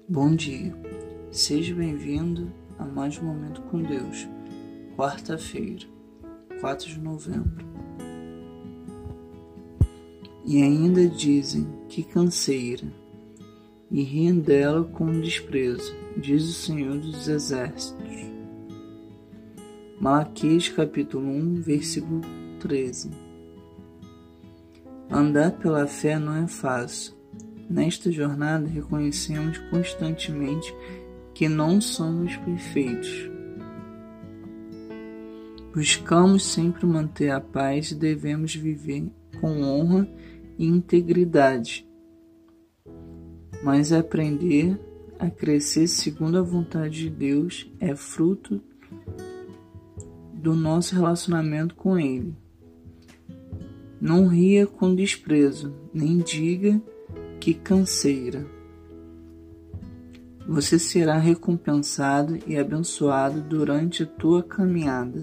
Bom dia, seja bem-vindo a mais um Momento com Deus, quarta-feira, 4 de novembro. E ainda dizem que canseira, e riem dela com desprezo, diz o Senhor dos Exércitos. Malaquias capítulo 1, versículo 13. Andar pela fé não é fácil. Nesta jornada reconhecemos constantemente que não somos perfeitos. Buscamos sempre manter a paz e devemos viver com honra e integridade. Mas aprender a crescer segundo a vontade de Deus é fruto do nosso relacionamento com Ele. Não ria com desprezo, nem diga que canseira. Você será recompensado e abençoado durante a tua caminhada.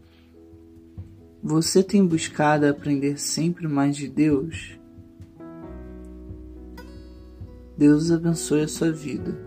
Você tem buscado aprender sempre mais de Deus? Deus abençoe a sua vida.